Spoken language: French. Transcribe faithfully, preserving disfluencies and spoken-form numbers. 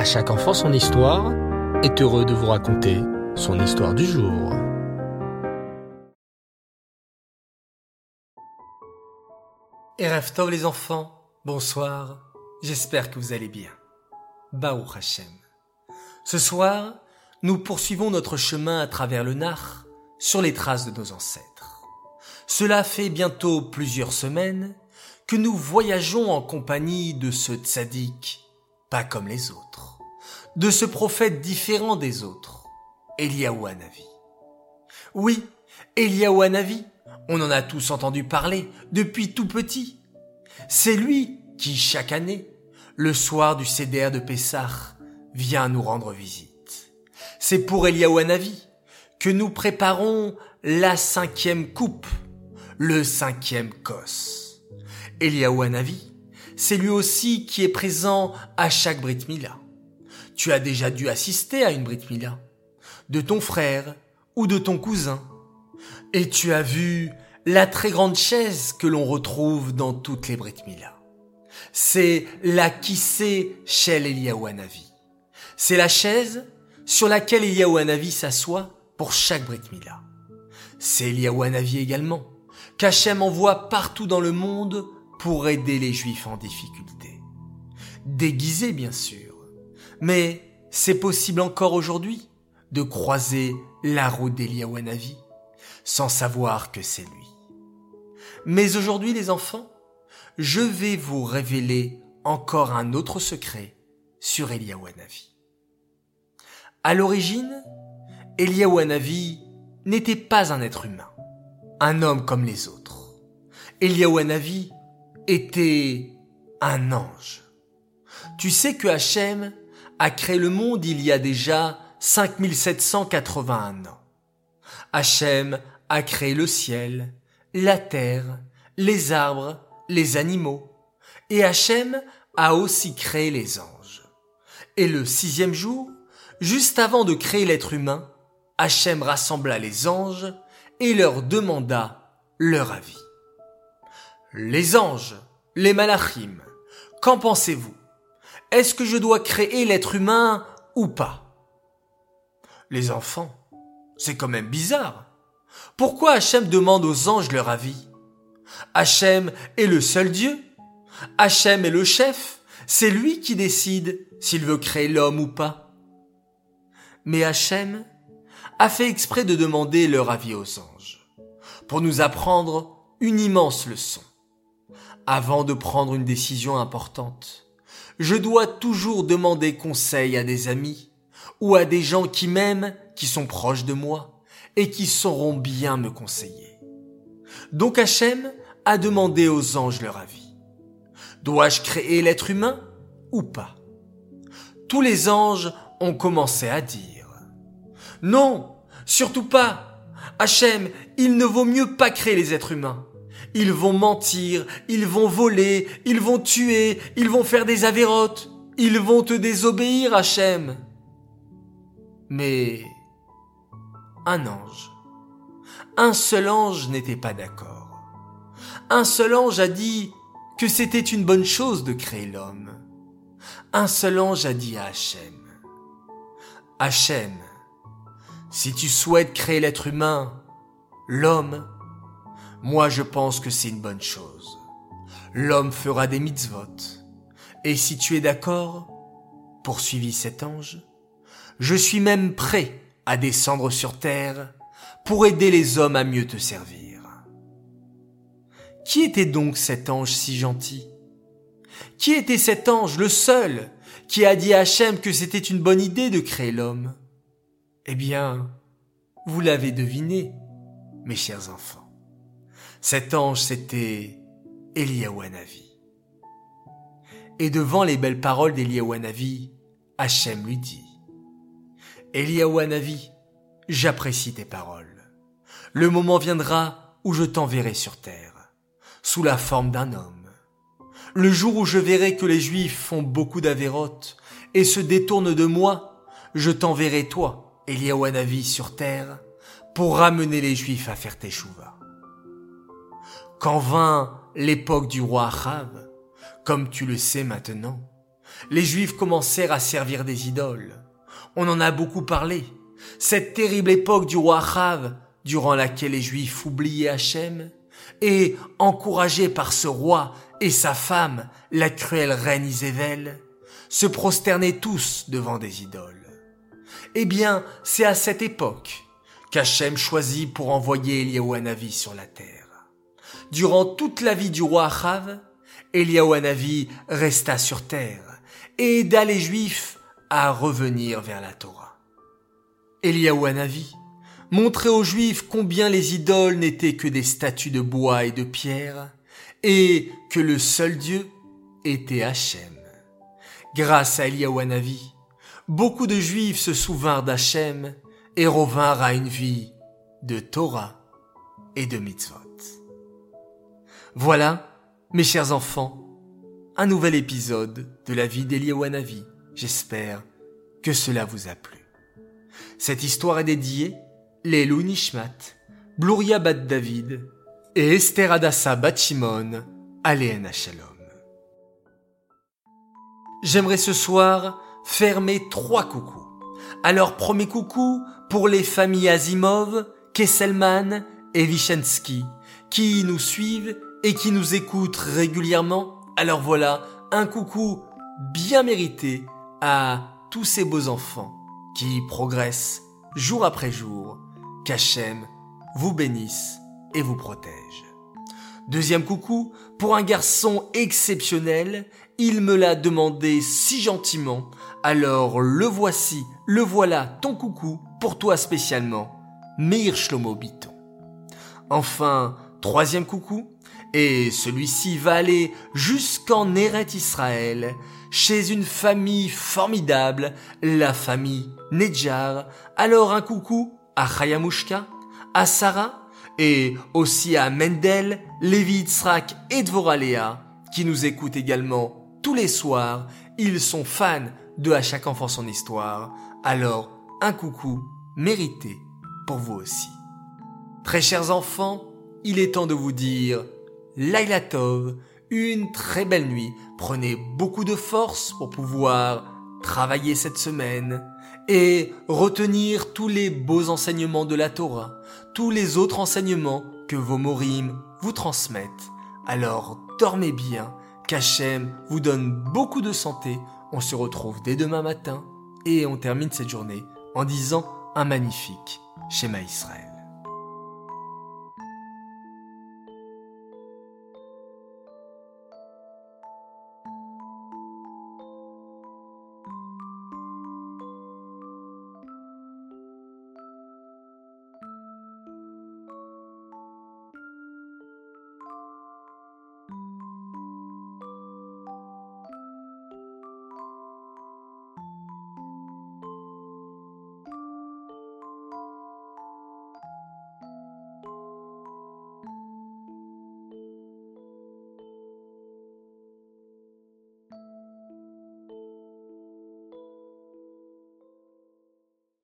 À chaque enfant son histoire est heureux de vous raconter son histoire du jour. Erev Tov les enfants, bonsoir, j'espère que vous allez bien. Baruch Hashem. Ce soir, nous poursuivons notre chemin à travers le Nach, sur les traces de nos ancêtres. Cela fait bientôt plusieurs semaines que nous voyageons en compagnie de ce tzaddik, pas comme les autres, de ce prophète différent des autres, Eliyahu Hanavi. Oui, Eliyahu Hanavi, on en a tous entendu parler depuis tout petit. C'est lui qui, chaque année, le soir du Seder de Pessah, vient nous rendre visite. C'est pour Eliyahu Hanavi que nous préparons la cinquième coupe, le cinquième kos. Eliyahu Hanavi, c'est lui aussi qui est présent à chaque Brit Mila. Tu as déjà dû assister à une Brit Mila, de ton frère ou de ton cousin. Et tu as vu la très grande chaise que l'on retrouve dans toutes les Brit Mila. C'est la Kissé Shel Eliyahu Hanavi. C'est la chaise sur laquelle Eliyahu Hanavi s'assoit pour chaque Brit Mila. C'est Eliyahu Hanavi également qu'Hachem envoie partout dans le monde pour aider les Juifs en difficulté. Déguisé bien sûr, mais c'est possible encore aujourd'hui de croiser la route d'Eliyahu Hanavi sans savoir que c'est lui. Mais aujourd'hui les enfants, je vais vous révéler encore un autre secret sur Eliyahu Hanavi. À l'origine, Eliyahu Hanavi n'était pas un être humain, un homme comme les autres. Eliyahu Hanavi était un ange. Tu sais que Hachem a créé le monde il y a déjà cinq mille sept cent quatre-vingt-un ans. Hachem a créé le ciel, la terre, les arbres, les animaux. Et Hachem a aussi créé les anges. Et le sixième jour, juste avant de créer l'être humain, Hachem rassembla les anges et leur demanda leur avis. Les anges, les malachim, qu'en pensez-vous? Est-ce que je dois créer l'être humain ou pas? Les enfants, c'est quand même bizarre. Pourquoi Hachem demande aux anges leur avis? Hachem est le seul Dieu. Hachem est le chef. C'est lui qui décide s'il veut créer l'homme ou pas. Mais Hachem a fait exprès de demander leur avis aux anges, pour nous apprendre une immense leçon. Avant de prendre une décision importante, je dois toujours demander conseil à des amis ou à des gens qui m'aiment, qui sont proches de moi et qui sauront bien me conseiller. Donc Hachem a demandé aux anges leur avis. Dois-je créer l'être humain ou pas? Tous les anges ont commencé à dire « Non, surtout pas. Hachem, il ne vaut mieux pas créer les êtres humains. Ils vont mentir, ils vont voler, ils vont tuer, ils vont faire des avérotes, ils vont te désobéir, Hachem. » Mais un ange, un seul ange n'était pas d'accord. Un seul ange a dit que c'était une bonne chose de créer l'homme. Un seul ange a dit à Hachem, « Hachem, si tu souhaites créer l'être humain, l'homme, moi je pense que c'est une bonne chose. L'homme fera des mitzvot. Et si tu es d'accord, poursuivit cet ange, je suis même prêt à descendre sur terre pour aider les hommes à mieux te servir. » Qui était donc cet ange si gentil? Qui était cet ange, le seul, qui a dit à Hachem que c'était une bonne idée de créer l'homme? Eh bien, vous l'avez deviné, mes chers enfants. Cet ange, c'était Eliyahu Hanavi. Et devant les belles paroles d'Eliyahu Hanavi, Hachem lui dit « Eliyahu Hanavi, j'apprécie tes paroles. Le moment viendra où je t'enverrai sur terre, sous la forme d'un homme. Le jour où je verrai que les Juifs font beaucoup d'avérotes et se détournent de moi, je t'enverrai toi, Eliyahu Hanavi, sur terre, pour ramener les Juifs à faire teshuva. » Quand vint l'époque du roi Achav, comme tu le sais maintenant, les Juifs commencèrent à servir des idoles. On en a beaucoup parlé. Cette terrible époque du roi Achav, durant laquelle les Juifs oubliaient Hachem, et encouragés par ce roi et sa femme, la cruelle reine Isével, se prosternaient tous devant des idoles. Eh bien, c'est à cette époque qu'Hachem choisit pour envoyer Eliyahu Hanavi sur la terre. Durant toute la vie du roi Achav, Eliyahu Hanavi resta sur terre et aida les Juifs à revenir vers la Torah. Eliyahu Hanavi montrait aux Juifs combien les idoles n'étaient que des statues de bois et de pierre, et que le seul Dieu était Hachem. Grâce à Eliyahu Hanavi, beaucoup de Juifs se souvinrent d'Hachem et revinrent à une vie de Torah et de mitzvot. Voilà, mes chers enfants, un nouvel épisode de la vie d'Eliyahu Hanavi. J'espère que cela vous a plu. Cette histoire est dédiée Leilou Nishmat, Bluria bat David et Esther Adassa bat Shimon, Aléen Shalom. J'aimerais ce soir faire mes trois coucous. Alors premier coucou pour les familles Asimov, Kesselman et Vichensky qui nous suivent et qui nous écoutent régulièrement. Alors voilà, un coucou bien mérité à tous ces beaux enfants qui progressent jour après jour. Qu'Hachem vous bénisse et vous protège. Deuxième coucou pour un garçon exceptionnel. Il me l'a demandé si gentiment. Alors le voici, le voilà ton coucou pour toi spécialement, Meir Shlomo Biton. Enfin, troisième coucou, et celui-ci va aller jusqu'en Eretz Israël, chez une famille formidable, la famille Nedjar. Alors un coucou à Chayamushka, à Sarah, et aussi à Mendel, Lévi Yitzhak et Dvorah Léa, qui nous écoutent également tous les soirs. Ils sont fans de À chaque enfant son histoire. Alors, un coucou mérité pour vous aussi. Très chers enfants, il est temps de vous dire Laila Tov, une très belle nuit. Prenez beaucoup de force pour pouvoir travailler cette semaine et retenir tous les beaux enseignements de la Torah, tous les autres enseignements que vos morim vous transmettent. Alors dormez bien, qu'Hachem vous donne beaucoup de santé. On se retrouve dès demain matin et on termine cette journée en disant un magnifique Shema Israël.